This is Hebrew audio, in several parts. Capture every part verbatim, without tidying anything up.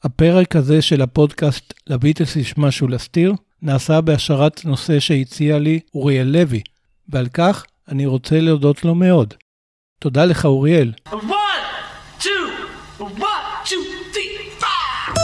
הפרק הזה של הפודקאסט לביטלס יש משהו להסתיר, נעשה בהשארת נושא שהציע לי אוריאל לוי, ועל כך אני רוצה להודות לו מאוד. תודה לך אוריאל. One, two, one, two, three, four.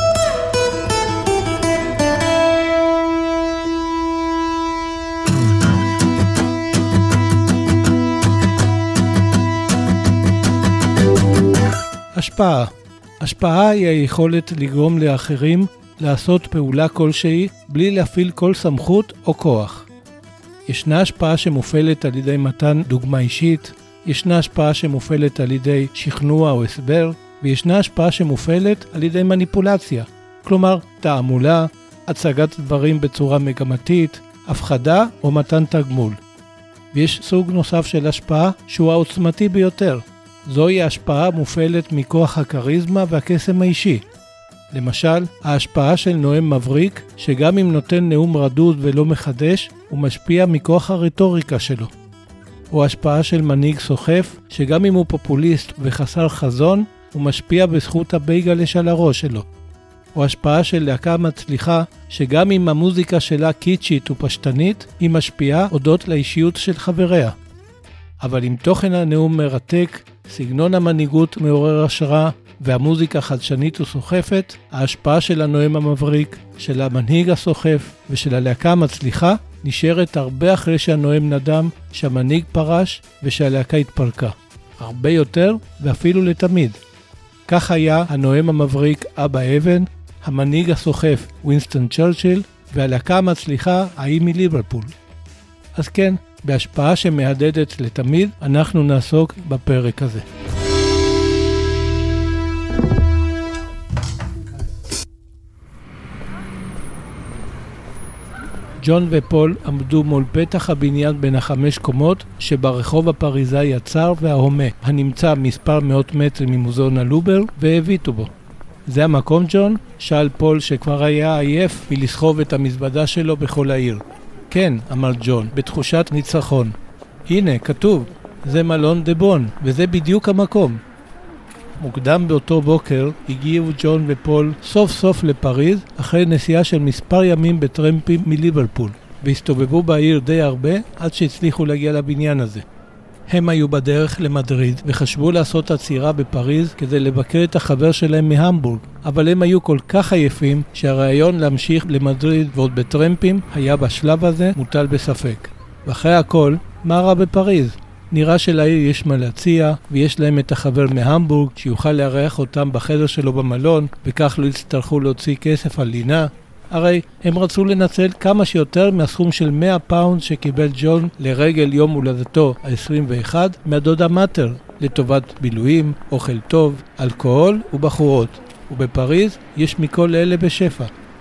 השפעה. השפעה היא היכולת לגרום לאחרים לעשות פעולה כלשהי בלי להפעיל כל סמכות או כוח. ישנה השפעה שמופעלת על ידי מתן דוגמה אישית, ישנה השפעה שמופעלת על ידי שכנוע או הסבר, וישנה השפעה שמופעלת על ידי מניפולציה, כלומר תעמולה, הצגת דברים בצורה מגמתית, הפחדה או מתן תגמול. ויש סוג נוסף של השפעה שהוא העוצמתי ביותר. זוהי ההשפעה מופעלת מכוח הכריזמה והקסם האישי. למשל, ההשפעה של נואם מבריק, שגם אם נותן נאום רדוד ולא מחדש, הוא משפיע מכוח הרטוריקה שלו. או השפעה של מנהיג סוחף, שגם אם הוא פופוליסט וחסר חזון, הוא משפיע בזכות הבייגלש על הראש שלו. או השפעה של להקה מצליחה, שגם אם המוזיקה שלה קיצ'ית ופשטנית, היא משפיעה הודות לאישיות של חבריה. אבל אם תוכן הנאום מרתק, סגנון המנהיגות מעורר השראה, והמוזיקה חדשנית וסוחפת, ההשפעה של הנואם המבריק, של המנהיג הסוחף ושל הלהקה המצליחה, נשארת הרבה אחרי שהנואם נדם, שהמנהיג פרש ושהלהקה התפרקה. הרבה יותר ואפילו לתמיד. כך היה הנואם המבריק אבא אבן, המנהיג הסוחף ווינסטון צ'רצ'יל, והלהקה המצליחה ההיא מליברפול. אז כן, בהשפעה שמהדהדת לתמיד, אנחנו נעסוק בפרק הזה. ג'ון ופול עמדו מול פתח הבניין בין החמש קומות שברחוב הפריזאי הצר וההומה, הנמצא מספר מאות מטרים ממוזיאון הלובר, והביטו בו. זה המקום ג'ון? שאל פול שכבר היה עייף מלסחוב את המזוודה שלו בכל העיר. כן, אמר ג'ון, בתחושת ניצחון. הנה, כתוב, זה מלון דה בון, וזה בדיוק המקום. מוקדם באותו בוקר הגיעו ג'ון ופול סוף סוף לפריז, אחרי נסיעה של מספר ימים בטרמפים מליברפול, והסתובבו בעיר די הרבה עד שהצליחו להגיע לבניין הזה. הם היו בדרך למדריד וחשבו לעשות עצירה בפריז כדי לבקר את החבר שלהם מהמבורג, אבל הם היו כל כך עייפים שהרעיון להמשיך למדריד ועוד בטרמפים היה בשלב הזה מוטל בספק. ואחרי הכל, מה רע בפריז? נראה שלעיר יש מה להציע, ויש להם את החבר מהמבורג שיוכל לארח אותם בחדר שלו במלון, וכך לא יצטרכו להוציא כסף על לינה. הרי הם רצו לנצל כמה שיותר מהסכום של מאה פאונד שקיבל ג'ון לרגל יום הולדתו ה-עשרים ואחת מהדודה מאטר, לטובת בילויים, אוכל טוב, אלכוהול ובחורות. ובפריז יש מכל אלה בשפע.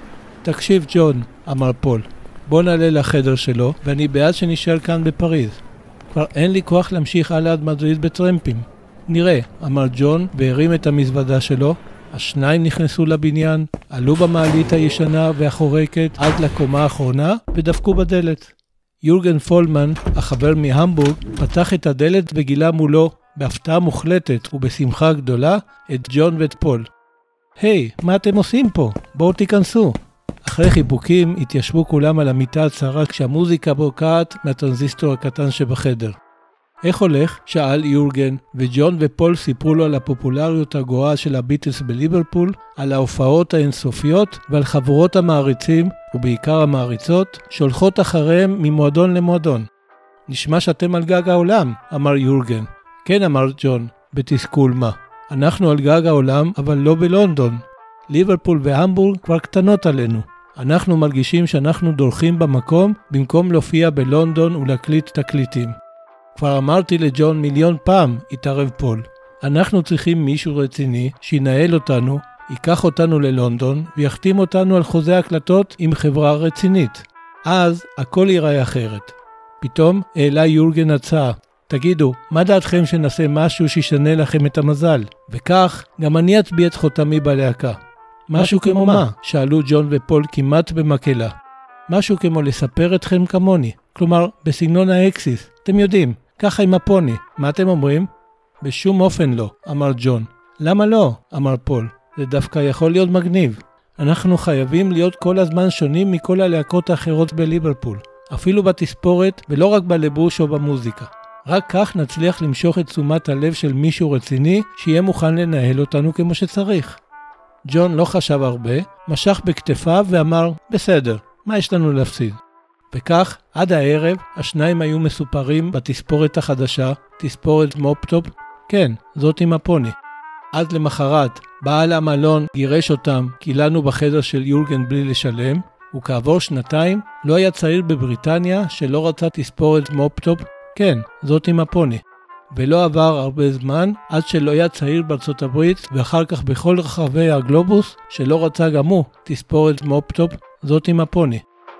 תקשיב ג'ון, אמר פול, בוא נעלה לחדר שלו, ואני בעד שנשאר כאן בפריז. כבר אין לי כוח להמשיך הלאה עד מדריד בטרמפים. נראה, אמר ג'ון והרים את המזוודה שלו. השניים נכנסו לבניין, עלו במעלית הישנה והחורקת עד לקומה האחרונה ודפקו בדלת. יורגן פולמן, החבר מהמבורג, פתח את הדלת וגילה מולו, בהפתעה מוחלטת ובשמחה גדולה, את ג'ון ואת פול. היי, hey, מה אתם עושים פה? בואו תיכנסו. אחרי חיבוקים התיישבו כולם על המיטה הצרה כשהמוזיקה בוקעת מהטרנזיסטור הקטן שבחדר. איך הולך? שאל יורגן, וג'ון ופול סיפרו לו על הפופולריות הגואה של הביטלס בליברפול, על ההופעות האינסופיות ועל חבורות המעריצים, ובעיקר המעריצות, שהולכות אחריהם ממועדון למועדון. נשמע שאתם על גג העולם, אמר יורגן. כן, אמר ג'ון, בתסכול מה. אנחנו על גג העולם, אבל לא בלונדון. ליברפול והמבורג כבר קטנות עלינו. אנחנו מרגישים שאנחנו דורכים במקום, במקום להופיע בלונדון ולהקליט תקליטים. כבר אמרתי לג'ון מיליון פעם, התערב פול. אנחנו צריכים מישהו רציני שינהל אותנו, ייקח אותנו ללונדון ויחתים אותנו על חוזה הקלטות עם חברה רצינית. אז הכל ייראה אחרת. פתאום העלה יורגן הצעה. תגידו, מה דעתכם שנעשה משהו שישנה לכם את המזל? וכך גם אני אצביע את חותמי בלהקה. משהו כמו מה? שאלו ג'ון ופול כמעט במקהלה. משהו כמו לספר אתכם כמוני. כלומר, בסגנון האקסיס. אתם יודעים, ככה עם הפוני. מה אתם אומרים? בשום אופן לא, אמר ג'ון. למה לא? אמר פול. זה דווקא יכול להיות מגניב. אנחנו חייבים להיות כל הזמן שונים מכל הלהקות האחרות בליברפול, אפילו בתספורת ולא רק בלבוש או במוזיקה. רק כך נצליח למשוך את תשומת הלב של מישהו רציני שיהיה מוכן לנהל אותנו כמו שצריך. ג'ון לא חשב הרבה, משך בכתפיו ואמר, בסדר, מה יש לנו להפסיד? וכך, עד הערב, השניים היו מסופרים בתספורת החדשה, תספורת מופטופ, כן, זאת עם הפוני. עד למחרת, בעל המלון גירש אותם כי לנו בחדר של יורגן בלי לשלם, וכעבור שנתיים לא היה צעיר בבריטניה שלא רצה תספורת מופטופ, כן, זאת עם הפוני. ולא עבר הרבה זמן עד שלא היה צעיר בארצות הברית ואחר כך בכל רחבי הגלובוס שלא רצה גם הוא תספורת מופטופ, זאת עם הפוני.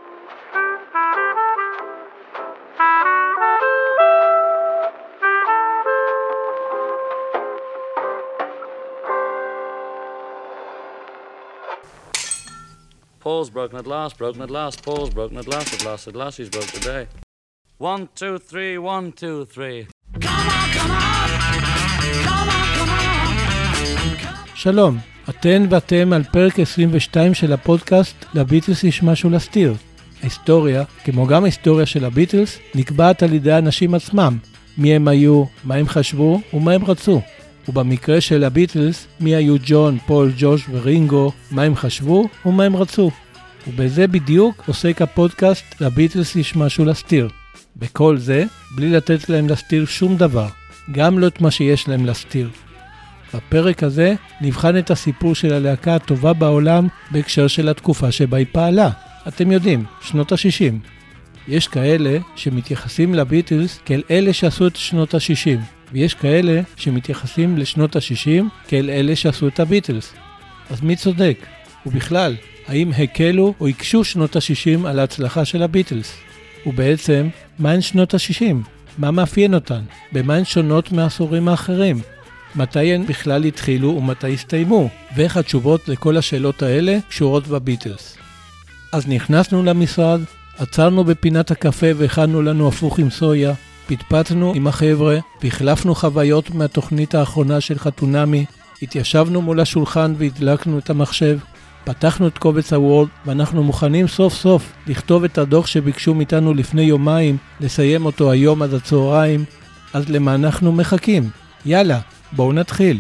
Paul's broken at last, broken at last, Paul's broken at last, at last, at last he's broke today. One, two, three, one, two, three. Come on, come on, come on, come on. שלום, אתן ואתם על פרק עשרים ושתיים של הפודקאסט לביטלס יש משהו להסתיר. ההיסטוריה, כמו גם ההיסטוריה של הביטלס, נקבעת על ידי האנשים עצמם. מי הם היו, מה הם חשבו ומה הם רצו. ובמקרה של הביטלס, מי היו ג'ון, פול, ג'וש ורינגו, מה הם חשבו ומה הם רצו. ובזה בדיוק עוסק הפודקאסט לביטלס יש משהו להסתיר. בכל זה, בלי לתת להם להסתיר שום דבר, גם לא את מה שיש להם להסתיר. בפרק הזה נבחן את הסיפור של הלהקה הטובה בעולם בהקשר של התקופה שבה היא פעלה. אתם יודעים, שנות ה-שישים. יש כאלה שמתייחסים לביטלס כאל אלה שעשו את שנות ה-שישים, ויש כאלה שמתייחסים לשנות ה-שישים כאל אלה שעשו את הביטלס. אז מי צודק? ובכלל, האם הקלו או הקשו שנות ה-שישים על ההצלחה של הביטלס? ובעצם, מה הן שנות ה-שישים? מה מאפיין אותן? במה הן שונות מהעשורים האחרים? מתי הן בכלל התחילו ומתי הסתיימו? ואיך התשובות לכל השאלות האלה קשורות בביטלס? אז נכנסנו למשרד, עצרנו בפינת הקפה והכנו לנו הפוך עם סויה, פטפטנו עם החבר'ה, והחלפנו חוויות מהתוכנית האחרונה של חתונמי, התיישבנו מול השולחן והדלקנו את המחשב, פתחנו את קובץ הוורד ואנחנו מוכנים סוף סוף לכתוב את הדוח שביקשו מאיתנו לפני יומיים, לסיים אותו היום עד הצהריים. אז למה אנחנו מחכים? יאללה, בואו נתחיל.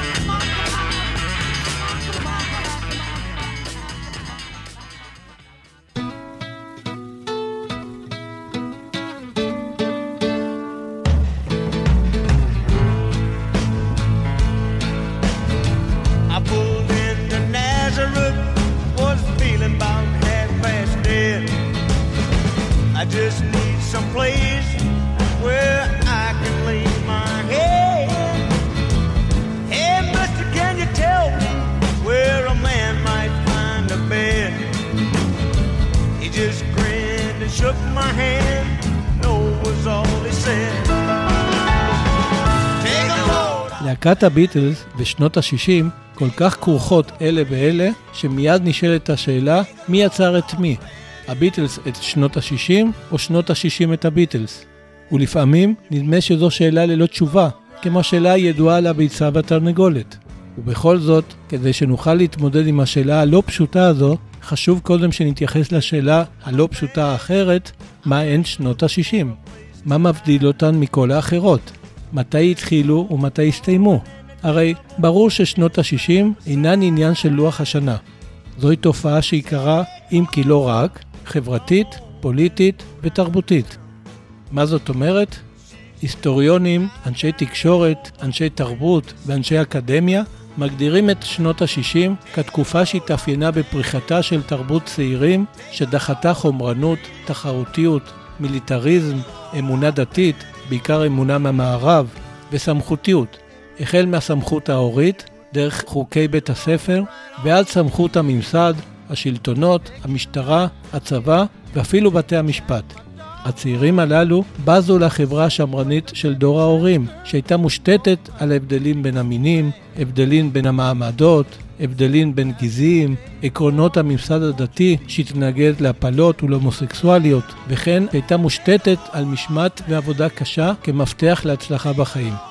להקת הביטלס בשנות ה-שישים כל כך כרוכות אלה באלה שמיד נשאלת השאלה מי יצר את מי, הביטלס את שנות ה-שישים או שנות ה-שישים את הביטלס. ולפעמים נדמה שזו שאלה ללא תשובה, כמו השאלה הידועה על הביצה והתרנגולת. ובכל זאת, כדי שנוכל להתמודד עם השאלה הלא פשוטה הזו, חשוב קודם שנתייחס לשאלה הלא פשוטה האחרת, מה הן שנות ה-שישים? מה מבדיל אותן מכל האחרות? מתי התחילו ומתי הסתיימו? הרי ברור ששנות ה-שישים אינן עניין של לוח השנה. זוהי תופעה שעיקרה, אם כי לא רק, חברתית, פוליטית ותרבותית. מה זאת אומרת? היסטוריונים, אנשי תקשורת, אנשי תרבות ואנשי אקדמיה מגדירים את שנות ה-שישים כתקופה שהתאפיינה בפריחתה של תרבות צעירים שדחתה חומרנות, תחרותיות, מיליטריזם, אמונה דתית, בעיקר אמונה מהמערב, וסמכותיות, החל מהסמכות ההורית, דרך חוקי בית הספר, ועד סמכות הממסד, השלטונות, המשטרה, הצבא, ואפילו בתי המשפט. הצעירים הללו בזו לחברה השמרנית של דור ההורים, שהייתה מושתתת על הבדלים בין המינים, הבדלים בין המעמדות, הבדלים בין גזעים, עקרונות הממסד הדתי שהתנגד להפלות ולהומוסקסואליות, וכן הייתה מושתתת על משמעת ועבודה קשה כמפתח להצלחה בחיים.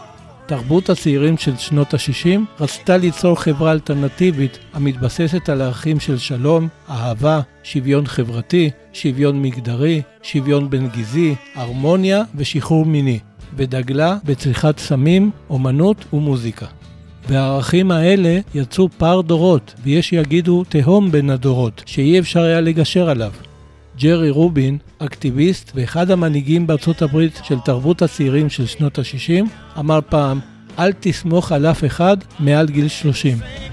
תרבות הצעירים של שנות ה-שישים רצתה ליצור חברה אלטרנטיבית המתבססת על ערכים של שלום, אהבה, שוויון חברתי, שוויון מגדרי, שוויון בין גזעי, הרמוניה ושחרור מיני, ודגלה בצריכת סמים, אומנות ומוזיקה. והערכים האלה יצאו פער דורות, ויש יגידו תהום בין הדורות, שאי אפשר היה לגשר עליו. ג'רי רובין, אקטיביסט ואחד המנהיגים בארצות הברית של תרבות הצעירים של שנות ה-שישים, אמר פעם, אל תסמוך על אף אחד מעל גיל שלושים.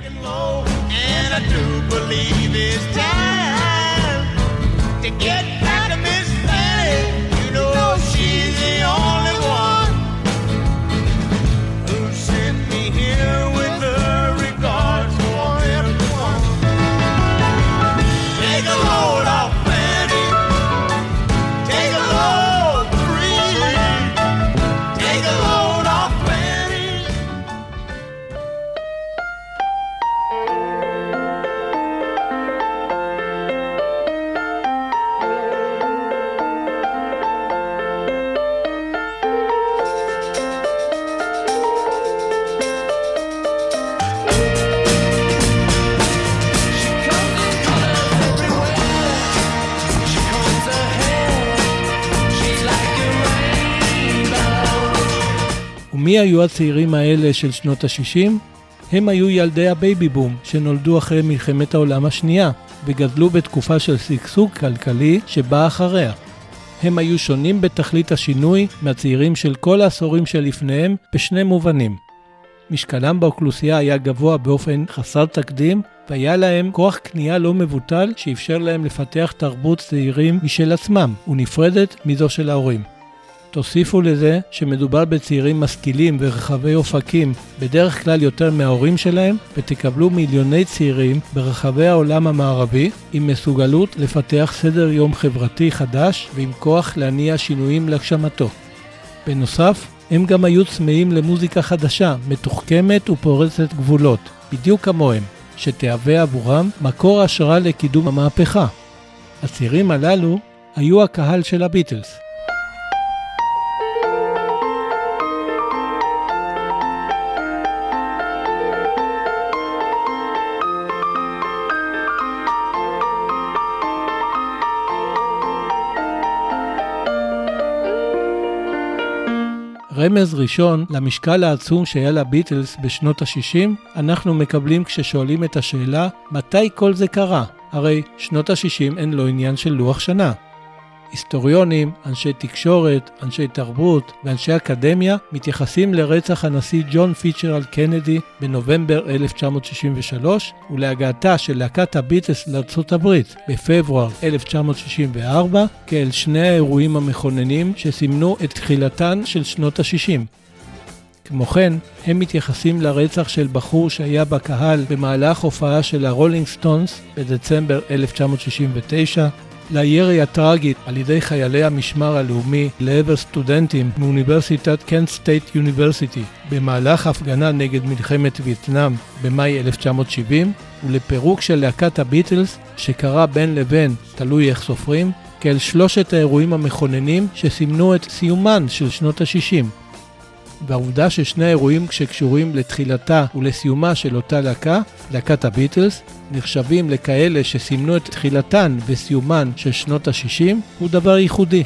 מי היו הצעירים האלה של שנות ה-שישים? הם היו ילדי הבייבי בום שנולדו אחרי מלחמת העולם השנייה וגדלו בתקופה של שגשוג כלכלי שבא אחריה. הם היו שונים בתכלית השינוי מהצעירים של כל העשורים שלפניהם בשני מובנים. משקלם באוכלוסייה היה גבוה באופן חסר תקדים והיה להם כוח קנייה לא מבוטל שאפשר להם לפתח תרבות צעירים משל עצמם ונפרדת מזו של ההורים. תוסיפו לזה שמדובר בצעירים משכילים ורחבי אופקים בדרך כלל יותר מההורים שלהם ותקבלו מיליוני צעירים ברחבי העולם המערבי עם מסוגלות לפתח סדר יום חברתי חדש ועם כוח להניע שינויים להגשמתו. בנוסף, הם גם היו צמאים למוזיקה חדשה, מתוחכמת ופורצת גבולות, בדיוק כמוהם, שתהווה עבורם מקור השראה לקידום המהפכה. הצעירים הללו היו הקהל של הביטלס. רמז ראשון למשקל העצום שהיה לביטלס בשנות ה-שישים, אנחנו מקבלים כששואלים את השאלה, מתי כל זה קרה? הרי שנות ה-שישים אין לו עניין של לוח שנה. היסטוריונים, אנשי תקשורת, אנשי תרבות ואנשי אקדמיה מתייחסים לרצח הנשיא ג'ון פיצ'רלד קנדי בנובמבר אלף תשע מאות שישים ושלוש ולהגעתה של להקת הביטלס לארצות הברית בפברואר אלף תשע מאות שישים וארבע כאל שני האירועים המכוננים שסימנו את תחילתן של שנות ה-שישים. כמו כן, הם מתייחסים לרצח של בחור שהיה בקהל במהלך הופעה של הרולינג סטונס בדצמבר אלף תשע מאות שישים ותשע, לירי הטרגית על ידי חיילי המשמר הלאומי לעבר סטודנטים מאוניברסיטת קנט סטייט יוניברסיטי במהלך הפגנה נגד מלחמת וייטנאם במאי אלף תשע מאות שבעים ולפירוק של להקת הביטלס שקרה בין לבין, תלוי איך סופרים, כאל שלושת האירועים המכוננים שסימנו את סיומן של שנות ה-שישים. והעובדה ששני האירועים שקשורים לתחילתה ולסיומה של אותה להקה, להקת הביטלס, נחשבים לכאלה שסימנו את תחילתן וסיומן של שנות ה-שישים, הוא דבר ייחודי.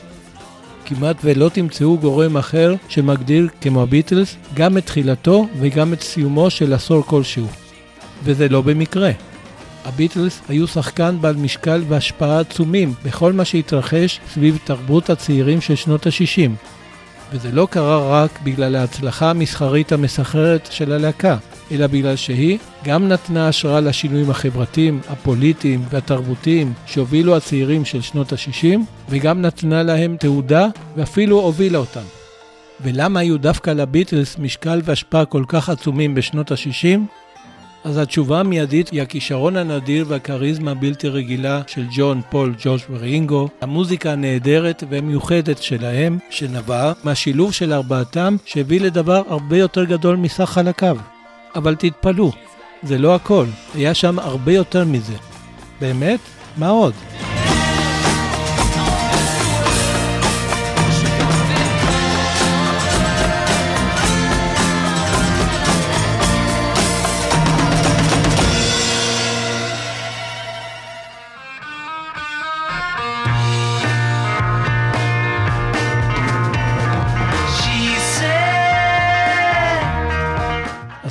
כמעט ולא תמצאו גורם אחר שמגדיר כמו הביטלס גם את תחילתו וגם את סיומו של עשור כלשהו. וזה לא במקרה. הביטלס היו שחקן בעל משקל והשפעה עצומים בכל מה שהתרחש סביב תרבות הצעירים של שנות ה-שישים. וזה לא קרה רק בגלל ההצלחה המסחרית המסחררת של הלהקה, אלא בגלל שהיא גם נתנה השראה לשינויים החברתיים, הפוליטיים והתרבותיים שהובילו הצעירים של שנות ה-שישים, וגם נתנה להם תעודה ואפילו הובילה אותם. ולמה היו דווקא לביטלס משקל והשפעה כל כך עצומים בשנות ה-שישים? אז התשובה המיידית היא הכישרון הנדיר והכריזמה הבלתי רגילה של ג'ון, פול, ג'ורג' ורינגו, המוזיקה הנהדרת והמיוחדת שלהם, שנבעה מהשילוב של ארבעתם שהביא לדבר הרבה יותר גדול מסך חלקיו. אבל תתפלאו, זה לא הכל, היה שם הרבה יותר מזה. באמת? מה עוד?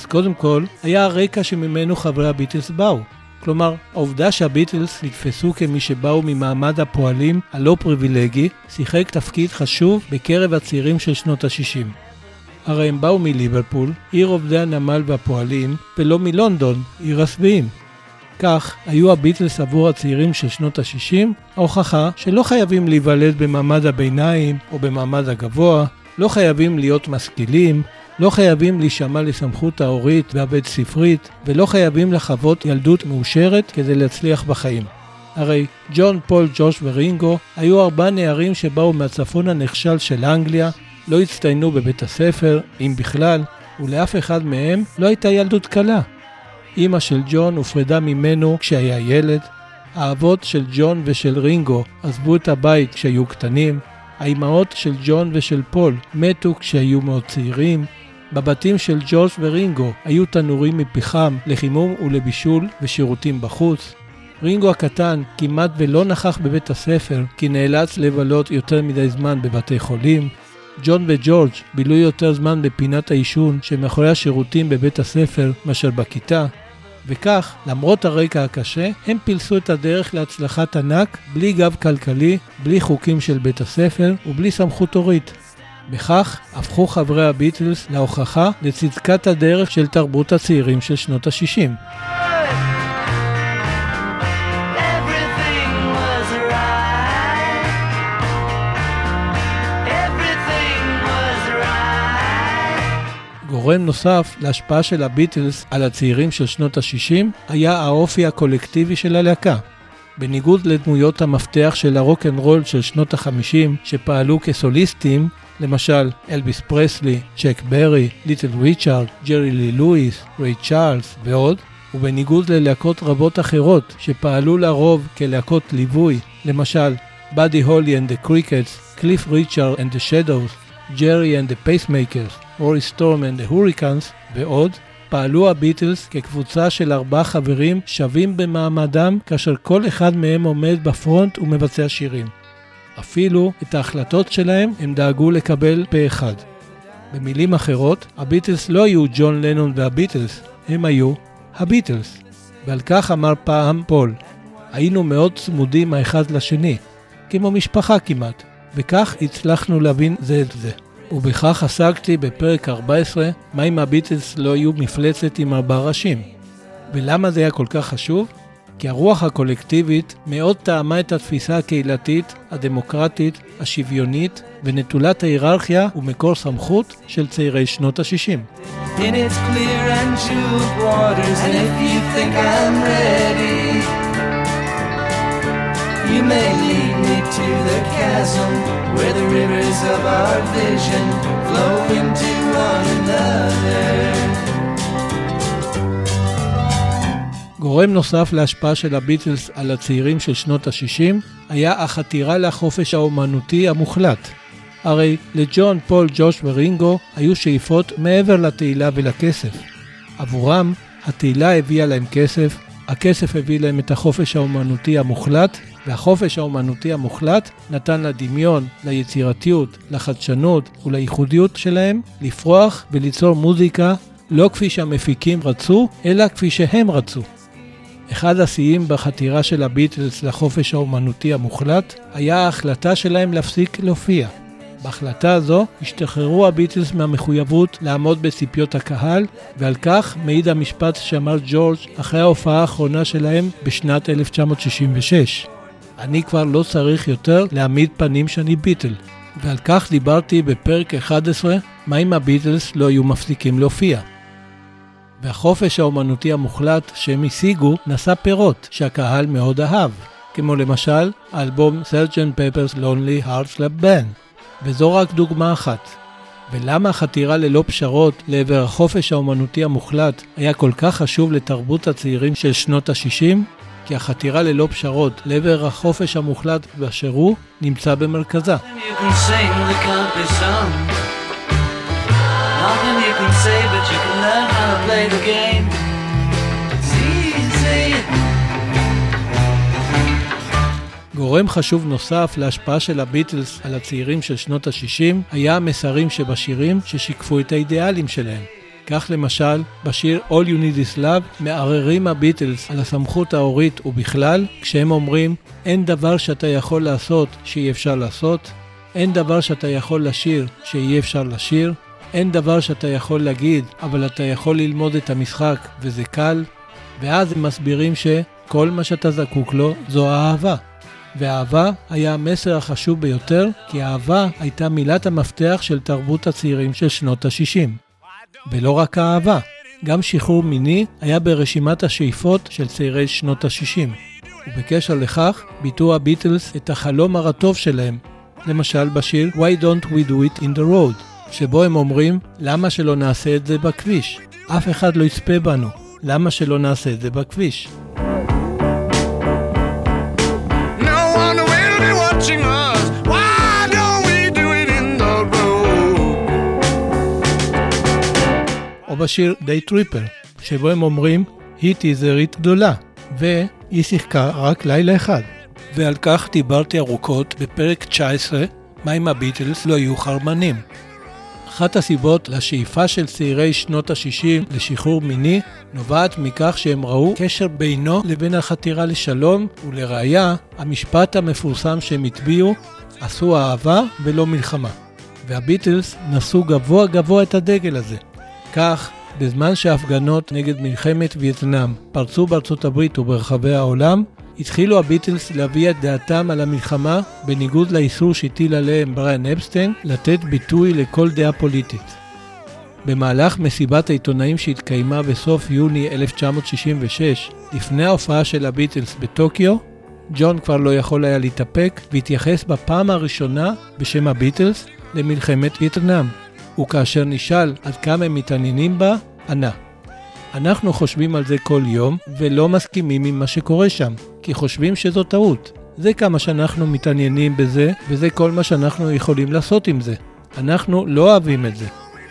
קודם כל, היה הרקע שממנו חברי הביטלס באו. כלומר, העובדה שהביטלס נתפסו כמי שבאו ממעמד הפועלים הלא פריבילגי, שיחק תפקיד חשוב בקרב הצעירים של שנות ה-שישים. הרי הם באו מליברפול, עיר עובדי הנמל והפועלים, ולא מלונדון, עיר השבעים. כך, היו הביטלס עבור הצעירים של שנות ה-שישים, ההוכחה שלא חייבים להיוולד במעמד הביניים או במעמד הגבוה, לא חייבים להיות משכילים, לא חייבים להישמע לסמכות ההורית והבית ספרית, ולא חייבים לחוות ילדות מאושרת כדי להצליח בחיים. הרי ג'ון, פול, ג'וש ורינגו היו ארבעה נערים שבאו מהצפון הנחשל של אנגליה, לא הצטיינו בבית הספר, אם בכלל, ולאף אחד מהם לא הייתה ילדות קלה. אמא של ג'ון הופרדה ממנו כשהיה ילד, האבות של ג'ון ושל רינגו עזבו את הבית כשהיו קטנים, האימהות של ג'ון ושל פול מתו כשהיו מאוד צעירים, בבתים של ג'וש ורינגו היו תנורים מפחם לחימום ולבישול ושירותים בחוץ. רינגו הקטן כמעט ולא נכח בבית הספר כי נאלץ לבלות יותר מדי זמן בבתי חולים. ג'ון וג'ורג' בילו יותר זמן בפינת העישון שמאחורי השירותים בבית הספר מאשר בכיתה. וכך, למרות הרקע הקשה, הם פילסו את הדרך להצלחת ענק בלי גב כלכלי, בלי חוקים של בית הספר ובלי סמכות הורית. בכך הפכו חברי הביטלס להוכחה לצדקת הדרך של תרבות הצעירים של שנות ה-שישים. גורם נוסף להשפעה של הביטלס על הצעירים של שנות ה-שישים היה האופי הקולקטיבי של הלהקה. בניגוד לדמויות המפתח של הרוק אנד רול של שנות ה-חמישים שפעלו כסוליסטים, למשל אלביס פרסלי, צ'ק ברי, ליטל ריצ'ארד, ג'רי לי לואיס, ריי צ'ארלס ועוד, ובניגוד ללהקות רבות אחרות שפעלו לרוב כלהקות ליווי, למשל באדי הולי and the Crickets, קליף ריצ'ארד and the Shadows, ג'רי and the Pacemakers, רורי סטורם and the Hurricanes ועוד, פעלו הביטלס כקבוצה של ארבעה חברים שווים במעמדם כאשר כל אחד מהם עומד בפרונט ומבצע שירים. אפילו את ההחלטות שלהם הם דאגו לקבל פה אחד. במילים אחרות, הביטלס לא היו ג'ון לנון והביטלס, הם היו הביטלס. ועל כך אמר פעם פול, היינו מאוד צמודים האחד לשני, כמו משפחה כמעט, וכך הצלחנו להבין זה את זה. ובכך עסקתי בפרק ארבע עשרה, מה אם הביטלס לא היו מפלצת עם ארבעה ראשים. ולמה זה היה כל כך חשוב? כי הרוח הקולקטיבית מאוד טעמה את התפיסה הקהילתית, הדמוקרטית, השוויונית ונטולת ההיררכיה ומקור סמכות של צעירי שנות ה-שישים. In its clear and true waters, and if you think I'm ready, you may lead me to the chasm where the rivers of our vision flow into one another. גורם נוסף להשפעה של הביטלס על הצעירים של שנות ה-שישים היה החתירה לחופש האומנותי המוחלט. הרי לג'ון, פול, ג'וש ורינגו היו שאיפות מעבר לתהילה ולכסף. עבורם התהילה הביאה להם כסף, הכסף הביא להם את החופש האומנותי המוחלט, והחופש האומנותי המוחלט נתן לדמיון, ליצירתיות, לחדשנות ולייחודיות שלהם לפרוח וליצור מוזיקה לא כפי שהמפיקים רצו, אלא כפי שהם רצו. אחד השיאים בחתירה של הביטלס לחופש האומנותי המוחלט היה ההחלטה שלהם להפסיק להופיע. בהחלטה הזו השתחררו הביטלס מהמחויבות לעמוד בציפיות הקהל, ועל כך מעיד המשפט שאמר ג'ורג' אחרי ההופעה האחרונה שלהם בשנת אלף תשע מאות שישים ושש. אני כבר לא צריך יותר להעמיד פנים שאני ביטל. ועל כך דיברתי בפרק אחד עשרה, מה אם הביטלס לא היו מפסיקים להופיע. והחופש האומנותי המוחלט שהם השיגו נשא פירות שהקהל מאוד אהב, כמו למשל האלבום סרג'נט פפרס לונלי הארטס קלאב בנד. וזו רק דוגמה אחת. ולמה החתירה ללא פשרות לעבר החופש האומנותי המוחלט היה כל כך חשוב לתרבות הצעירים של שנות ה-שישים? כי החתירה ללא פשרות לעבר החופש המוחלט באשר הוא נמצא במרכזה. גורם חשוב נוסף להשפעה של הביטלס על הצעירים של שנות ה-שישים היה המסרים שבשירים ששיקפו את האידיאלים שלהם. כך למשל, בשיר All You Need Is Love מערערים הביטלס על הסמכות ההורית ובכלל, כשהם אומרים, אין דבר שאתה יכול לעשות שאי אפשר לעשות, אין דבר שאתה יכול לשיר שאי אפשר לשיר, אין דבר שאתה יכול להגיד, אבל אתה יכול ללמוד את המשחק וזה קל, ואז הם מסבירים שכל מה שאתה זקוק לו זו האהבה. והאהבה היה המסר החשוב ביותר, כי האהבה הייתה מילת המפתח של תרבות הצעירים של שנות ה-שישים. ולא רק האהבה, גם שחרור מיני היה ברשימת השאיפות של צעירי שנות ה-שישים. ובקשר לכך, ביטאו הביטלס את החלום הרטוב שלהם, למשל בשיר Why Don't We Do It In The Road, שבו הם אומרים, למה שלא נעשה את זה בכביש? אף אחד לא יצפה בנו, למה שלא נעשה את זה בכביש? או בשיר Day Tripper, שבו הם אומרים, היא תיזהרית גדולה, והיא שיחקה רק לילה אחד. ועל כך דיברתי ארוכות בפרק תשע עשרה, מה אם הביטלס לא היו חרמנים. אחת הסיבות לשאיפה של צעירי שנות ה-שישים לשחרור מיני נובעת מכך שהם ראו קשר בינו לבין החתירה לשלום, ולראיה, המשפט המפורסם שהם הטביעו, עשו אהבה ולא מלחמה. והביטלס נשאו גבוה גבוה את הדגל הזה. כך, בזמן שההפגנות נגד מלחמת וייטנאם פרצו בארצות הברית וברחבי העולם, התחילו הביטלס להביע את דעתם על המלחמה בניגוד לאיסור שהטיל עליהם בריאן אפסטיין לתת ביטוי לכל דעה פוליטית. במהלך מסיבת העיתונאים שהתקיימה בסוף יוני אלף תשע מאות שישים ושש, לפני ההופעה של הביטלס בטוקיו, ג'ון כבר לא יכול היה להתאפק והתייחס בפעם הראשונה בשם הביטלס למלחמת וייטנאם. וכאשר נשאל עד כמה הם מתעניינים בה, ענה. אנחנו חושבים על זה כל יום ולא מסכימים עם מה שקורה שם, כי חושבים שזו טעות. זה כמה שאנחנו מתעניינים בזה, וזה כל מה שאנחנו יכולים לעשות עם זה. אנחנו לא אוהבים את זה.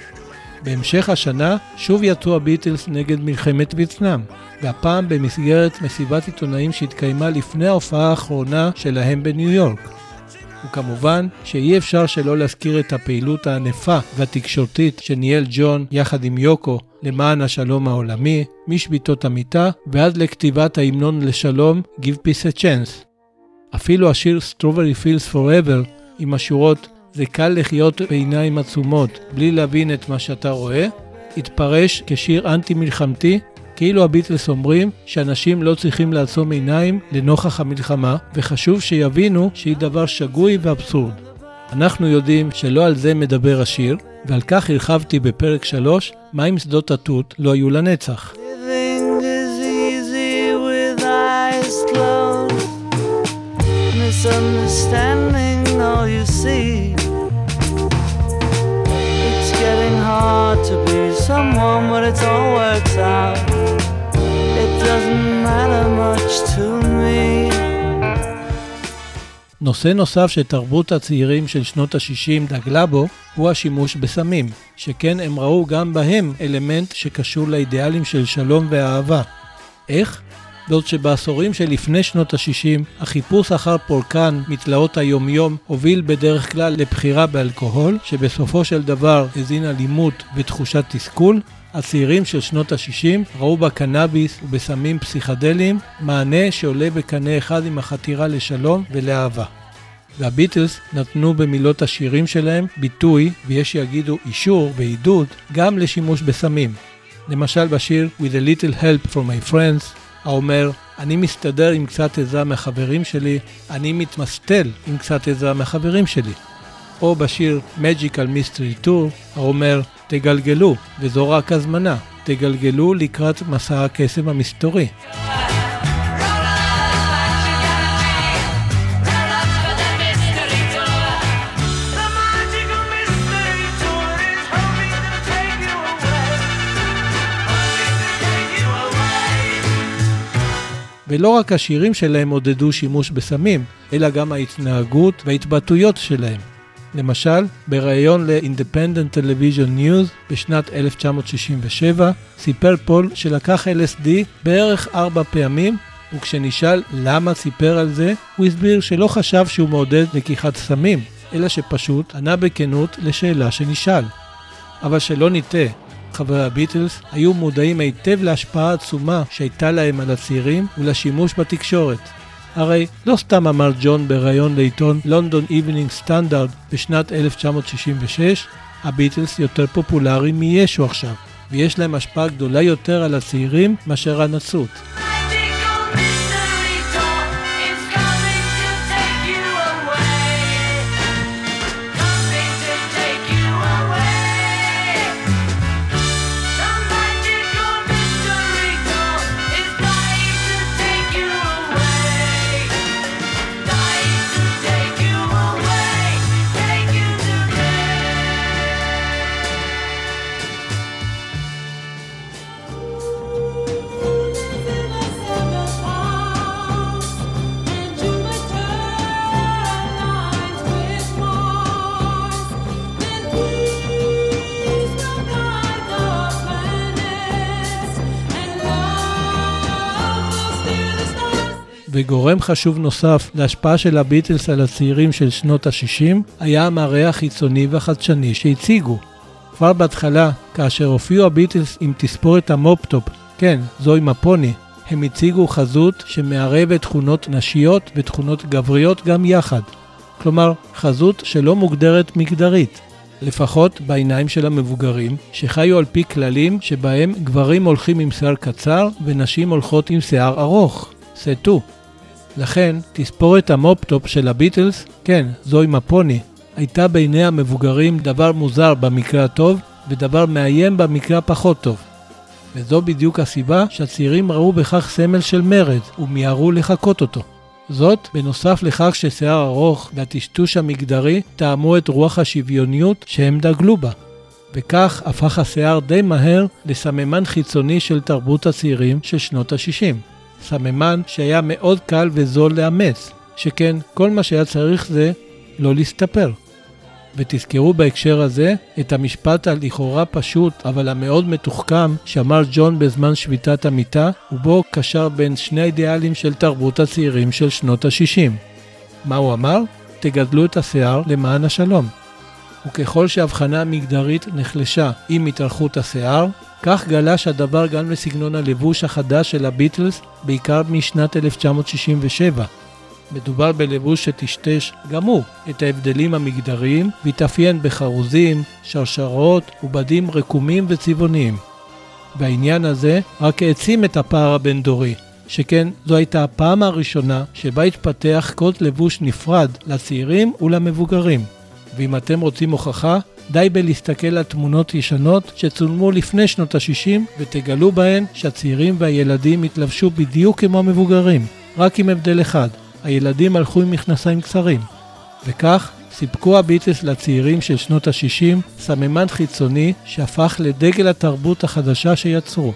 בהמשך השנה שוב יצאו הביטלס נגד מלחמת וייטנאם, והפעם במסגרת מסיבת עיתונאים שהתקיימה לפני ההופעה האחרונה שלהם בניו יורק. וכמובן שאי אפשר שלא להזכיר את הפעילות הענפה והתקשורתית שניהל ג'ון יחד עם יוקו למען השלום העולמי, משביתות המיטה ועד לכתיבת ההמנון לשלום Give Peace a Chance. אפילו השיר Strawberry Fields Forever עם השורות זה קל לחיות בעיניים עצומות בלי להבין את מה שאתה רואה, התפרש כשיר אנטי מלחמתי, כאילו הביטלס אומרים שאנשים לא צריכים לעצום עיניים לנוכח המלחמה, וחשוב שיבינו שהיא דבר שגוי ואבסורד. אנחנו יודעים שלא על זה מדבר השיר, ועל כך הרחבתי בפרק שלוש, מה אם שדות התות לא היו לנצח. Living is easy with eyes closed. Misunderstanding all you see. It's getting hard to be someone, but it all works out. It doesn't matter much to me. נושא נוסף שתרבות הצעירים של שנות ה-שישים דגלה בו הוא השימוש בסמים, שכן הם ראו גם בהם אלמנט שקשור לאידיאלים של שלום ואהבה. איך? בעוד שבעשורים שלפני שנות ה-שישים החיפוש אחר פולקן מתלאות היומיום הוביל בדרך כלל לבחירה באלכוהול, שבסופו של דבר הזין אלימות ותחושת תסכול, הצעירים של שנות ה-שישים ראו בקנאביס ובסמים פסיכדליים מענה שעולה בקנה אחד עם החתירה לשלום ולאהבה. והביטלס נתנו במילות השירים שלהם ביטוי, ויש שיגידו אישור ועידוד, גם לשימוש בסמים. למשל בשיר With a little help from my friends, האומר, אני מסתדר עם קצת עזרה מהחברים שלי, אני מתמסטל עם קצת עזרה מהחברים שלי. או בשיר Magical Mystery Tour, האומר, תגלגלו, וזו רק הזמנה, תגלגלו לקראת מסע הקסם המסתורי. ולא רק השירים שלהם עודדו שימוש בסמים, אלא גם ההתנהגות וההתבטאויות שלהם. למשל, בראיון ל-Independent Television News בשנת אלף תשע מאות שישים ושבע, סיפר פול שלקח אל אס די בערך ארבע פעמים, וכשנשאל למה סיפר על זה, הוא הסביר שלא חשב שהוא מעודד לקיחת סמים, אלא שפשוט ענה בכנות לשאלה שנשאל. אבל שלא ניטה, חברי הביטלס היו מודעים היטב להשפעה עצומה שהייתה להם על הצעירים ולשימוש בתקשורת. הרי לא סתם אמר ג'ון בראיון לעיתון לונדון איבנינג סטנדרט בשנת אלף תשע מאות שישים ושש, הביטלס יותר פופולריים מישו עכשיו, ויש להם השפעה גדולה יותר על הצעירים מאשר הנצרות. וגורם חשוב נוסף להשפעה של הביטלס על הצעירים של שנות ה-שישים היה המראה החיצוני והחדשני שהציגו. כבר בהתחלה, כאשר הופיעו הביטלס עם תספורת המופטופ, כן, זו עם הפוני, הם הציגו חזות שמערבת תכונות נשיות ותכונות גבריות גם יחד. כלומר, חזות שלא מוגדרת מגדרית. לפחות בעיניים של המבוגרים, שחיו על פי כללים שבהם גברים הולכים עם שיער קצר ונשים הולכות עם שיער ארוך. סטו. לכן, תספורת המופטופ של הביטלס, כן, זו עם הפוני, הייתה בעיני המבוגרים דבר מוזר במקרה הטוב ודבר מאיים במקרה פחות טוב. וזו בדיוק הסיבה שהצעירים ראו בכך סמל של מרד ומיהרו לחקות אותו. זאת בנוסף לכך ששיער ארוך והטשטוש המגדרי טעמו את רוח השוויוניות שהם דגלו בה. וכך הפך השיער די מהר לסממן חיצוני של תרבות הצעירים של שנות ה-שישים. סממן שהיה מאוד קל וזול לאמץ, שכן כל מה שהיה צריך זה לא להסתפר. ותזכרו בהקשר הזה את המשפט הלכאורה פשוט אבל המאוד מתוחכם שאמר ג'ון בזמן שביתת המיטה, ובו קשר בין שני האידיאלים של תרבות הצעירים של שנות ה-שישים. מה הוא אמר? תגדלו את השיער למען השלום. וככל שההבחנה המגדרית נחלשה עם התארכות השיער, כך גלש הדבר גם לסגנון הלבוש החדש של הביטלס, בעיקר משנת אלף תשע מאות שישים ושבע. מדובר בלבוש שטשטש גם הוא את ההבדלים המגדריים והתאפיין בחרוזים, שרשרות ובדים רקומים וצבעוניים. והעניין הזה רק העצים את הפער הבין-דורי, שכן זו הייתה הפעם הראשונה שבה התפתח קוד לבוש נפרד לצעירים ולמבוגרים. ואם אתם רוצים הוכחה, די בלהסתכל על תמונות ישנות שצולמו לפני שנות ה-שישים ותגלו בהן שהצעירים והילדים התלבשו בדיוק כמו המבוגרים, רק עם הבדל אחד. הילדים הלכו עם מכנסיים קצרים. וכך סיפקו הביטלס לצעירים של שנות ה-שישים סממן חיצוני שהפך לדגל התרבות החדשה שיצרו.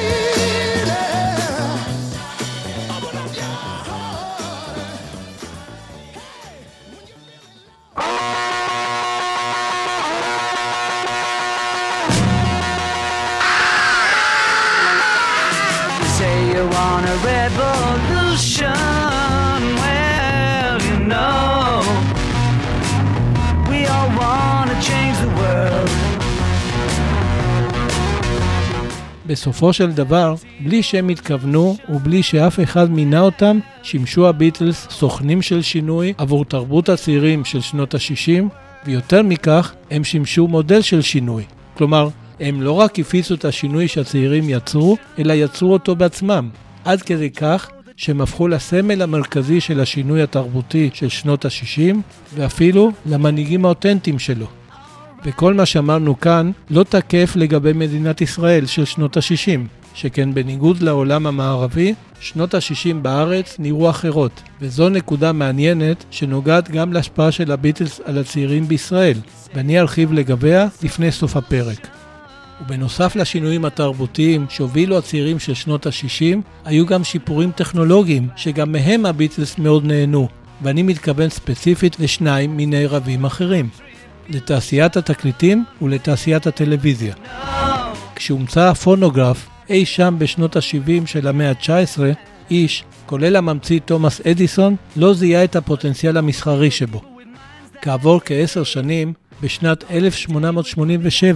בסופו של דבר, בלי שהם התכוונו ובלי שאף אחד מינה אותם, שימשו הביטלס סוכנים של שינוי עבור תרבות הצעירים של שנות ה-שישים, ויותר מכך, הם שימשו מודל של שינוי. כלומר, הם לא רק הפיצו את השינוי שהצעירים יצרו, אלא יצרו אותו בעצמם. עד כדי כך שהם הפכו לסמל המרכזי של השינוי התרבותי של שנות ה-שישים, ואפילו למנהיגים האותנטיים שלו. וכל מה שאמרנו כאן לא תקף לגבי מדינת ישראל של שנות ה-שישים, שכן בניגוד לעולם המערבי, שנות ה-שישים בארץ נראו אחרות, וזו נקודה מעניינת שנוגעת גם להשפעה של הביטלס על הצעירים בישראל, ואני ארחיב לגביה לפני סוף הפרק. ובנוסף לשינויים התרבותיים שהובילו הצעירים של שנות ה-שישים, היו גם שיפורים טכנולוגיים שגם מהם הביטלס מאוד נהנו, ואני מתכוון ספציפית לשניים מיני רבים אחרים. לתעשיית התקליטים ולתעשיית הטלוויזיה. כשהומצא הפונוגרף אי שם בשנות ה-שבעים של המאה ה-תשע עשרה, איש, כולל הממציא תומאס אדיסון, לא זיהה את הפוטנציאל המסחרי שבו. כעבור כעשר שנים, בשנת אלף שמונה מאות שמונים ושבע,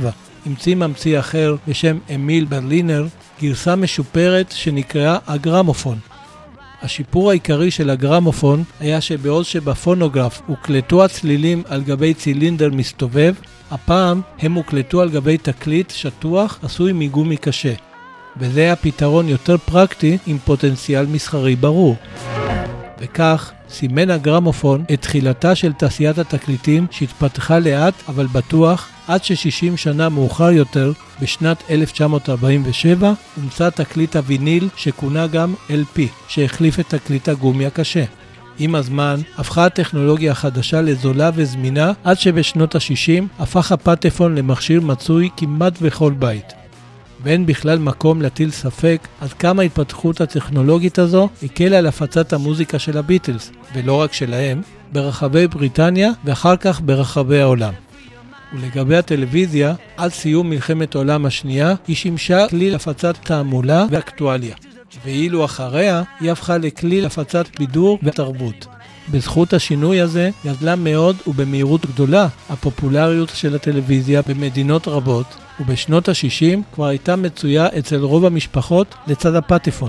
המציא ממציא אחר בשם אמיל ברלינר גרסה משופרת שנקראה הגרמופון. השיפור העיקרי של הגרמופון היה שבעוד שבפונוגרף הוקלטו הצלילים על גבי צילינדר מסתובב, הפעם הם הוקלטו על גבי תקליט שטוח עשוי מגומי קשה. וזה היה פתרון יותר פרקטי עם פוטנציאל מסחרי ברור. וכך סימן הגרמופון את תחילתה של תעשיית התקליטים שהתפתחה לאט אבל בטוח עד ש-שישים שנה מאוחר יותר, בשנת אלף תשע מאות ארבעים ושבע, הומצא תקליט הוויניל שכונה גם אל פי, שהחליף את תקליט הגומי הקשה. עם הזמן הפכה הטכנולוגיה החדשה לזולה וזמינה עד שבשנות ה-שישים הפך הפטפון למכשיר מצוי כמעט בכל בית. ואין בכלל מקום להטיל ספק עד כמה ההתפתחות הטכנולוגית הזו הקלה על הפצת המוזיקה של הביטלס, ולא רק שלהם, ברחבי בריטניה ואחר כך ברחבי העולם. ולגבי הטלוויזיה, עד סיום מלחמת העולם השנייה, היא שימשה כלי להפצת תעמולה ואקטואליה. ואילו אחריה, היא הפכה לכלי להפצת בידור ותרבות. בזכות השינוי הזה, גדלה מאוד ובמהירות גדולה הפופולריות של הטלוויזיה במדינות רבות, ובשנות ה-שישים כבר הייתה מצויה אצל רוב המשפחות לצד הפטפון.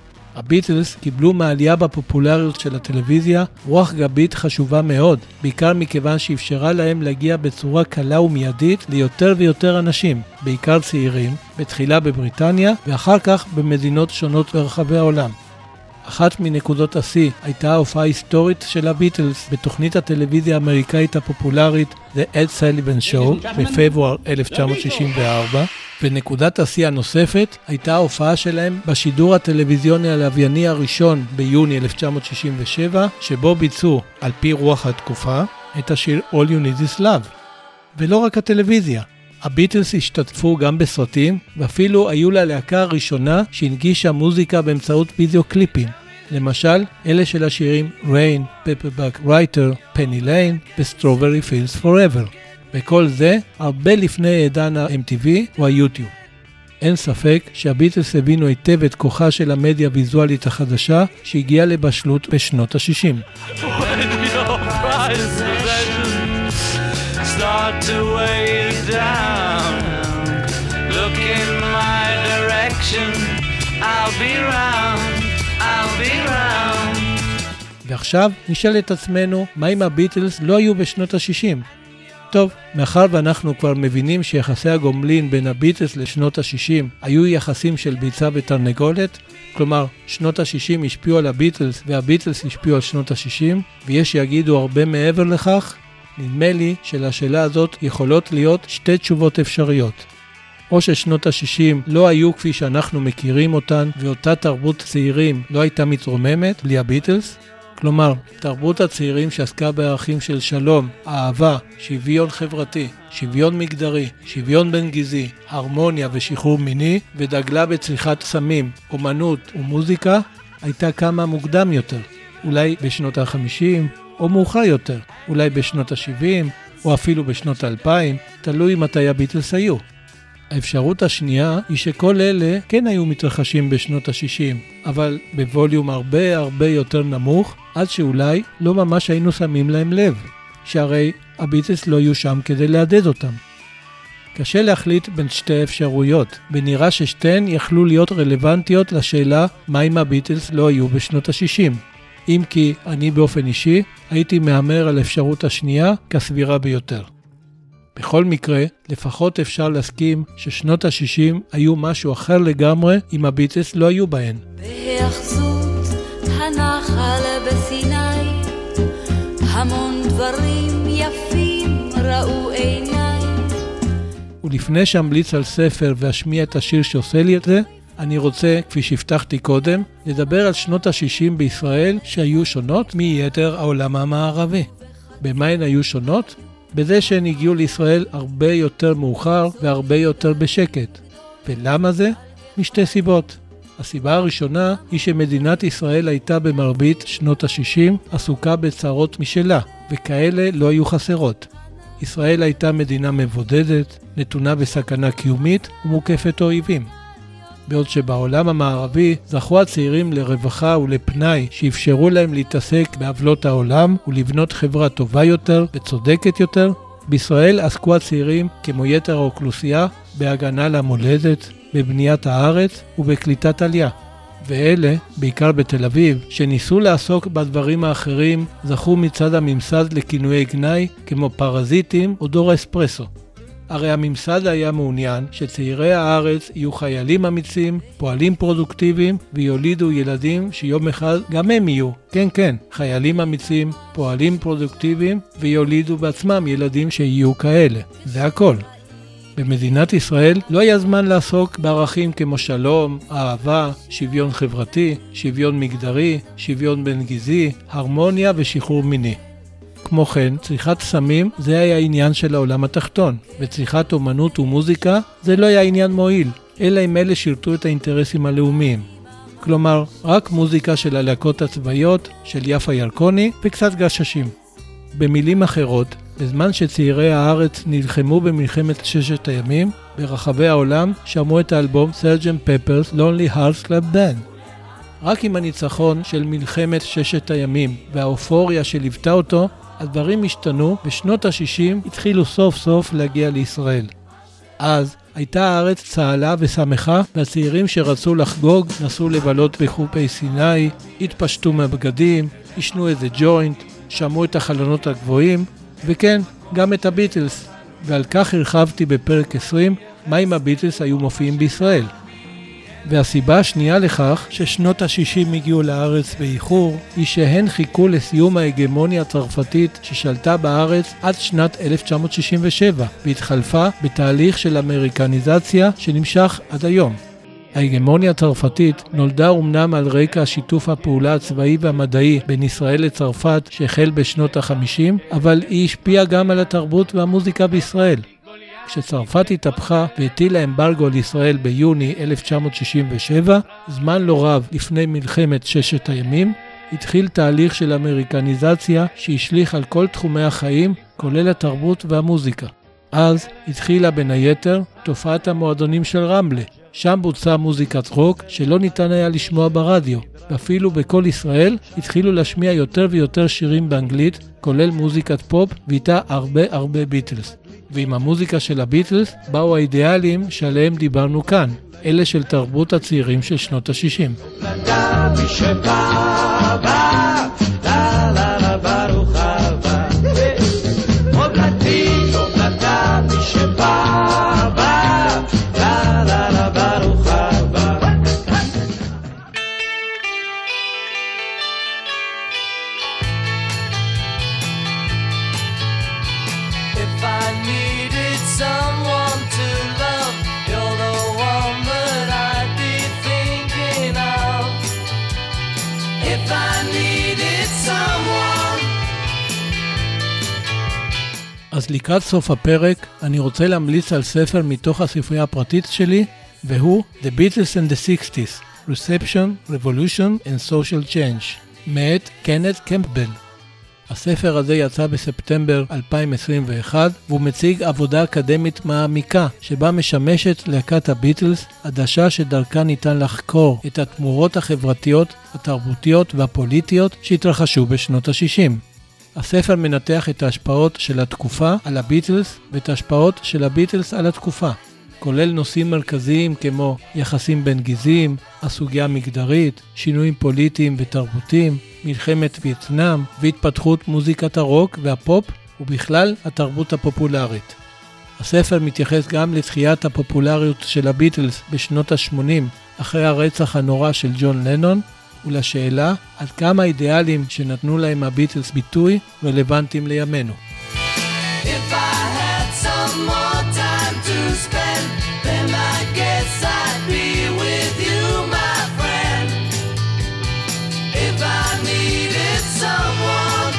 הביטלס קיבלו מעלייה בפופולריות של הטלוויזיה רוח גבית חשובה מאוד, בעיקר מכיוון שאפשרה להם להגיע בצורה קלה ומיידית ליותר ויותר אנשים, בעיקר צעירים, בתחילה בבריטניה ואחר כך במדינות שונות ברחבי העולם. אחת מנקודות השיא הייתה ההופעה ההיסטורית של הביטלס בתוכנית הטלוויזיה האמריקאית הפופולרית The Ed Sullivan Show בפברואר אלף תשע מאות שישים וארבע, ונקודת השיא הנוספת הייתה ההופעה שלהם בשידור הטלוויזיוני הלווייני הראשון ביוני אלף תשע מאות שישים ושבע, שבו ביצעו, על פי רוח התקופה, את השיר All You Need Is Love. ולא רק הטלוויזיה. הביטלס השתתפו גם בסרטים, ואפילו היו ללהקה הראשונה שהנגישה מוזיקה באמצעות וידאו קליפים. למשל, אלה של השירים Rain, Paperback Writer, Penny Lane ו-Strawberry Fields Forever. וכל זה הרבה לפני עידן ה-אם טי וי או היוטיוב. אין ספק שהביטלס הבינו היטב את כוחה של המדיה הוויזואלית החדשה שהגיעה לבשלות בשנות ה-שישים. Start to weigh down. Look in my direction. I'll be round. I'll be round. ועכשיו נשאל את עצמנו, מה אם הביטלס לא היו בשנות ה-שישים? טוב, מאחר ואנחנו כבר מבינים שיחסי הגומלין בין הביטלס לשנות ה-שישים היו יחסים של ביצה ותרנגולת, כלומר, שנות ה-שישים השפיעו על הביטלס והביטלס השפיעו על שנות ה-שישים, ויש שיגידו הרבה מעבר לכך, נדמה לי שלשאלה הזאת יכולות להיות שתי תשובות אפשריות. או ששנות ה-שישים לא היו כפי שאנחנו מכירים אותן, ואותה תרבות צעירים לא הייתה מתרוממת בלי הביטלס. כלומר, תרבות הצעירים שעסקה בערכים של שלום, אהבה, שוויון חברתי, שוויון מגדרי, שוויון בין גזעי, הרמוניה ושחרור מיני, ודגלה בצריכת סמים, אומנות ומוזיקה, הייתה קמה מוקדם יותר. אולי בשנות ה-חמישים, או מאוחר יותר, אולי בשנות ה-שבעים, או אפילו בשנות ה-אלפיים, תלוי מתי הביטלס היו. האפשרות השנייה היא שכל אלה כן היו מתרחשים בשנות ה-שישים, אבל בווליום הרבה הרבה יותר נמוך, עד שאולי לא ממש היינו שמים להם לב, שהרי הביטלס לא היו שם כדי לעדד אותם. קשה להחליט בין שתי אפשרויות, ונראה ששתיהן יכלו להיות רלוונטיות לשאלה מה אם הביטלס לא היו בשנות ה-שישים. אם כי אני באופן אישי הייתי מאמר על אפשרות השנייה כסבירה ביותר. בכל מקרה, לפחות אפשר להסכים ששנות ה-שישים היו משהו אחר לגמרי אם הביטלס לא היו בהן. בהיאחזות הנחל בסיני, המון דברים יפים ראו עיניי. ולפני שאמליץ על ספר ואשמיע את השיר שעושה לי את זה, אני רוצה, כפי שהבטחתי קודם, לדבר על שנות ה-שישים בישראל שהיו שונות מיתר העולם המערבי. במה הן היו שונות? בזה שהן הגיעו לישראל הרבה יותר מאוחר והרבה יותר בשקט. ולמה זה? משתי סיבות. הסיבה הראשונה היא שמדינת ישראל הייתה במרבית שנות ה-שישים עסוקה בצרות משלה, וכאלה לא היו חסרות. ישראל הייתה מדינה מבודדת, נתונה בסכנה קיומית ומוקפת אויבים. בעוד שבעולם המערבי זכו הצעירים לרווחה ולפנאי שאפשרו להם להתעסק בעוולות העולם ולבנות חברה טובה יותר וצודקת יותר, בישראל עסקו הצעירים כמו יתר האוכלוסייה בהגנה למולדת, בבניית הארץ ובקליטת עלייה. ואלה, בעיקר בתל אביב, שניסו לעסוק בדברים האחרים, זכו מצד הממסד לכינויי גנאי כמו פרזיטים או דור אספרסו. הרי הממסד היה מעוניין שצעירי הארץ יהיו חיילים אמיצים, פועלים פרודוקטיביים ויולידו ילדים שיום אחד גם הם יהיו. כן, כן, חיילים אמיצים, פועלים פרודוקטיביים ויולידו בעצמם ילדים שיהיו כאלה. זה הכל. במדינת ישראל לא היה זמן לעסוק בערכים כמו שלום, אהבה, שוויון חברתי, שוויון מגדרי, שוויון בין גזעי, הרמוניה ושחרור מיני. כמו כן, צריכת סמים זה היה עניין של העולם התחתון, וצריכת אומנות ומוזיקה זה לא היה עניין מועיל, אלא אם אלה שירתו את האינטרסים הלאומיים. כלומר, רק מוזיקה של הלהקות הצבאיות, של יפה ירקוני וקצת גששים. במילים אחרות, בזמן שצעירי הארץ נלחמו במלחמת ששת הימים, ברחבי העולם שמעו את האלבום סרג'נט פפרס Lonely Hearts Club Band. רק עם הניצחון של מלחמת ששת הימים והאופוריה שליוותה אותו, הדברים השתנו, ושנות ה-שישים התחילו סוף סוף להגיע לישראל. אז הייתה הארץ צהלה ושמחה, והצעירים שרצו לחגוג נסו לבלות בחופי סיני, התפשטו מהבגדים, ישנו איזה ג'וינט, שמעו את החלונות הגבוהים, וכן, גם את הביטלס. ועל כך הרחבתי בפרק עשרים, מה אם הביטלס היו מופיעים בישראל. והסיבה השנייה לכך ששנות ה-שישים הגיעו לארץ באיחור, היא שהן חיכו לסיום ההגמוניה הצרפתית ששלטה בארץ עד שנת אלף תשע מאות שישים ושבע, והתחלפה בתהליך של אמריקניזציה שנמשך עד היום. ההגמוניה הצרפתית נולדה אומנם על רקע שיתוף הפעולה הצבאי והמדעי בין ישראל לצרפת שהחל בשנות ה-חמישים, אבל היא השפיעה גם על התרבות והמוזיקה בישראל. כשצרפת התהפכה והטילה אמברגו על ישראל ביוני אלף תשע מאות שישים ושבע, זמן לא רב לפני מלחמת ששת הימים, התחיל תהליך של אמריקניזציה שהשליך על כל תחומי החיים, כולל התרבות והמוזיקה. אז התחילה בין היתר תופעת המועדונים של רמלה. שם בוצעה מוזיקת רוק שלא ניתן היה לשמוע ברדיו, ואפילו בכל ישראל התחילו להשמיע יותר ויותר שירים באנגלית, כולל מוזיקת פופ, ואיתה הרבה הרבה ביטלס. ועם המוזיקה של הביטלס באו האידיאלים שעליהם דיברנו כאן, אלה של תרבות הצעירים של שנות ה-שישים. אז לקראת סוף הפרק אני רוצה להמליץ על ספר מתוך הספרייה הפרטית שלי, והוא The Beatles and the sixties, Reception, Revolution and Social Change, מאת קנת קמפבל. הספר הזה יצא בספטמבר אלפיים עשרים ואחת, והוא מציג עבודה אקדמית מעמיקה, שבה משמשת להקת הביטלס עדשה שדרכה ניתן לחקור את התמורות החברתיות, התרבותיות והפוליטיות שהתרחשו בשנות ה-שישים. הספר מנתח את ההשפעות של התקופה על הביטלס ואת ההשפעות של הביטלס על התקופה, כולל נושאים מרכזיים כמו יחסים בין גזעים, הסוגיה המגדרית, שינויים פוליטיים ותרבותיים, מלחמת וייטנאם והתפתחות מוזיקת הרוק והפופ ובכלל התרבות הפופולרית. הספר מתייחס גם לתחיית הפופולריות של הביטלס בשנות ה-שמונים אחרי הרצח הנורא של ג'ון לנון, ולשאלה עד כמה האידיאלים שנתנו להם הביטלס ביטוי רלוונטיים לימינו. If I had some more time to spend, then I guess I'd be with you, my friend. If I needed someone.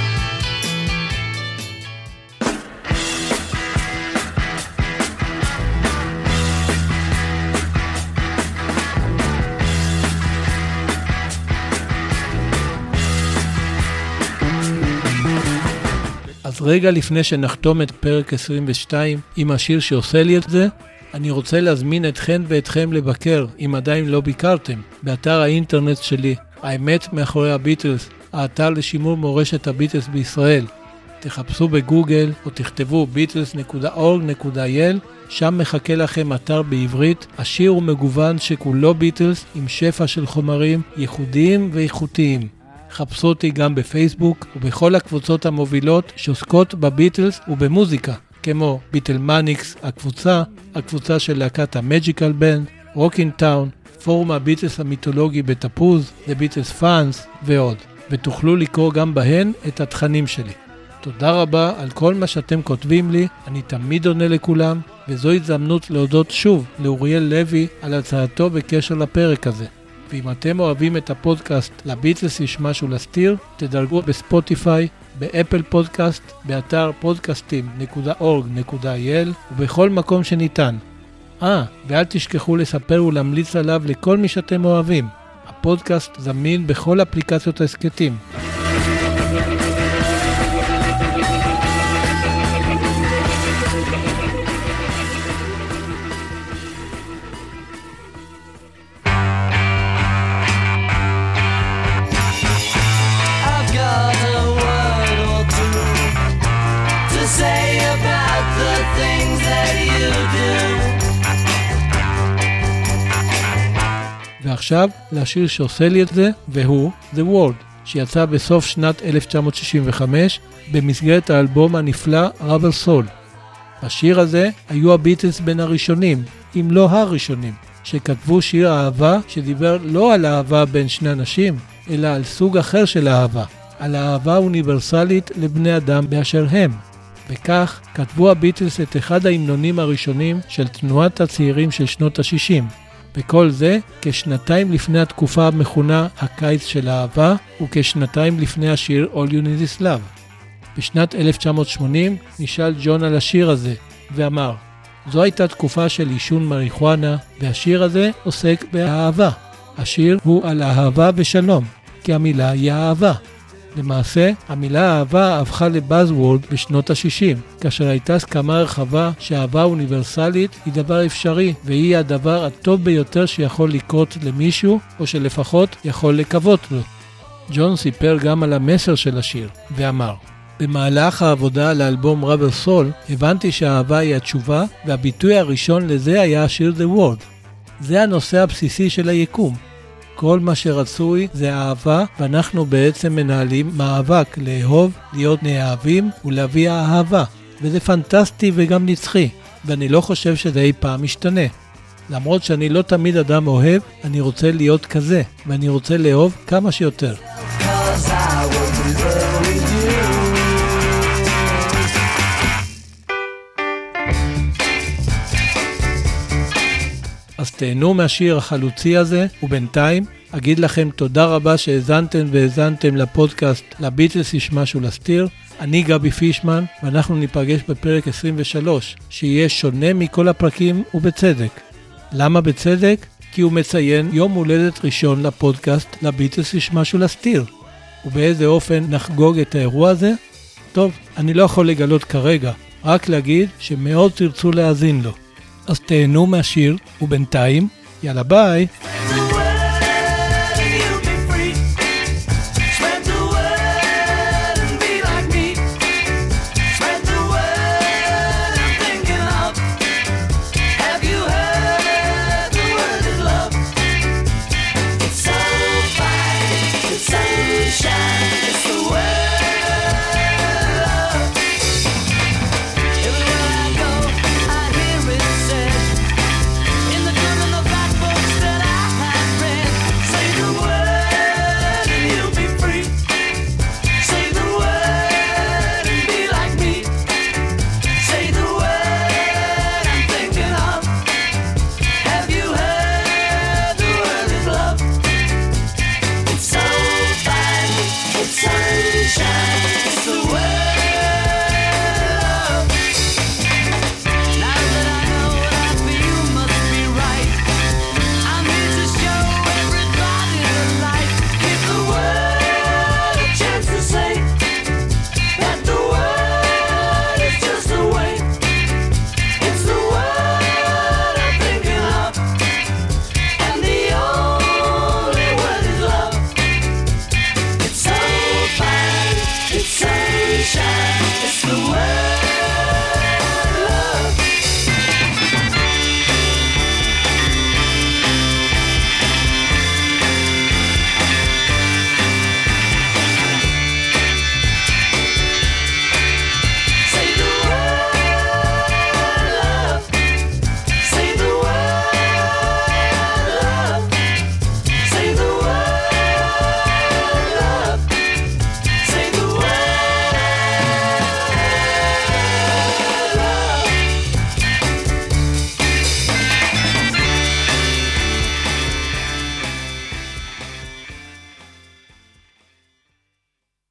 אז רגע לפני שנחתום את פרק עשרים ושתיים עם השיר שעושה לי את זה, אני רוצה להזמין אתכן ואתכם לבקר, אם עדיין לא ביקרתם, באתר האינטרנט שלי, האמת מאחורי הביטלס, האתר לשימור מורשת הביטלס בישראל. תחפשו בגוגל או תכתבו ביטלס נקודה אורג נקודה איי אל, שם מחכה לכם אתר בעברית, עשיר ומגוון שכולו ביטלס עם שפע של חומרים ייחודיים ואיכותיים. חפשו אותי גם בפייסבוק ובכל הקבוצות המובילות שעוסקות בביטלס ובמוזיקה, כמו ביטלמניקס, הקבוצה, הקבוצה של להקת המג'יקל בנד, רוקין טאון, פורום הביטלס המיתולוגי בתפוז, The Beatles Fans ועוד. ותוכלו לקרוא גם בהן את התכנים שלי. תודה רבה על כל מה שאתם כותבים לי, אני תמיד עונה לכולם, וזו הזדמנות להודות שוב לאוריאל לוי על הצעתו בקשר לפרק הזה. ואם אתם אוהבים את הפודקאסט לביטלס יש משהו להסתיר, תדרגו בספוטיפיי, באפל פודקאסט, באתר פודקאסטים נקודה אורג נקודה איי אל ובכל מקום שניתן. אה, ואל תשכחו לספר ולהמליץ עליו לכל מי שאתם אוהבים. הפודקאסט זמין בכל אפליקציות ההסקטים. ועכשיו לשיר שעושה לי את זה, והוא The World, שיצא בסוף שנת אלף תשע מאות שישים וחמש במסגרת האלבום הנפלא Rubber Soul. בשיר הזה היו הביטלס בין הראשונים, אם לא הראשונים, שכתבו שיר אהבה שדיבר לא על אהבה בין שני אנשים, אלא על סוג אחר של אהבה, על אהבה אוניברסלית לבני אדם באשר הם. וכך כתבו הביטלס את אחד ההמנונים הראשונים של תנועת הצעירים של שנות ה-שישים. וכל זה כשנתיים לפני התקופה המכונה הקיץ של האהבה, וכשנתיים לפני השיר All You Need Is Love. בשנת אלף תשע מאות שמונים נשאל ג'ון על השיר הזה, ואמר, זו הייתה תקופה של עישון מריחואנה, והשיר הזה עוסק באהבה. השיר הוא על אהבה ושלום, כי המילה היא אהבה. למעשה, המילה אהבה הפכה לבאזוורד בשנות ה-שישים, כאשר הייתה הסכמה רחבה שאהבה אוניברסלית היא דבר אפשרי, והיא הדבר הטוב ביותר שיכול לקרות למישהו, או שלפחות יכול לקוות לו. ג'ון סיפר גם על המסר של השיר, ואמר, במהלך העבודה על האלבום Rubber Soul, הבנתי שהאהבה היא התשובה, והביטוי הראשון לזה היה השיר The World. זה הנושא הבסיסי של היקום. כל מה שרצוי זה אהבה, ואנחנו בעצם מנהלים מאבק לאהוב, להיות נאהבים ולהביא אהבה. וזה פנטסטי וגם נצחי, ואני לא חושב שזה אי פעם משתנה. למרות שאני לא תמיד אדם אוהב, אני רוצה להיות כזה, ואני רוצה לאהוב כמה שיותר. אז תהנו מהשיר החלוצי הזה, ובינתיים אגיד לכם תודה רבה שהזנתם והזנתם לפודקאסט לביטלס יש משהו להסתיר. אני גבי פישמן, ואנחנו ניפגש בפרק עשרים ושלוש, שיהיה שונה מכל הפרקים ובצדק. למה בצדק? כי הוא מציין יום הולדת ראשון לפודקאסט לביטלס יש משהו להסתיר. ובאיזה אופן נחגוג את האירוע הזה? טוב, אני לא יכול לגלות כרגע, רק להגיד שמאוד תרצו להאזין לו. אז תהנו מהשיר, ובינתיים, יאללה ביי.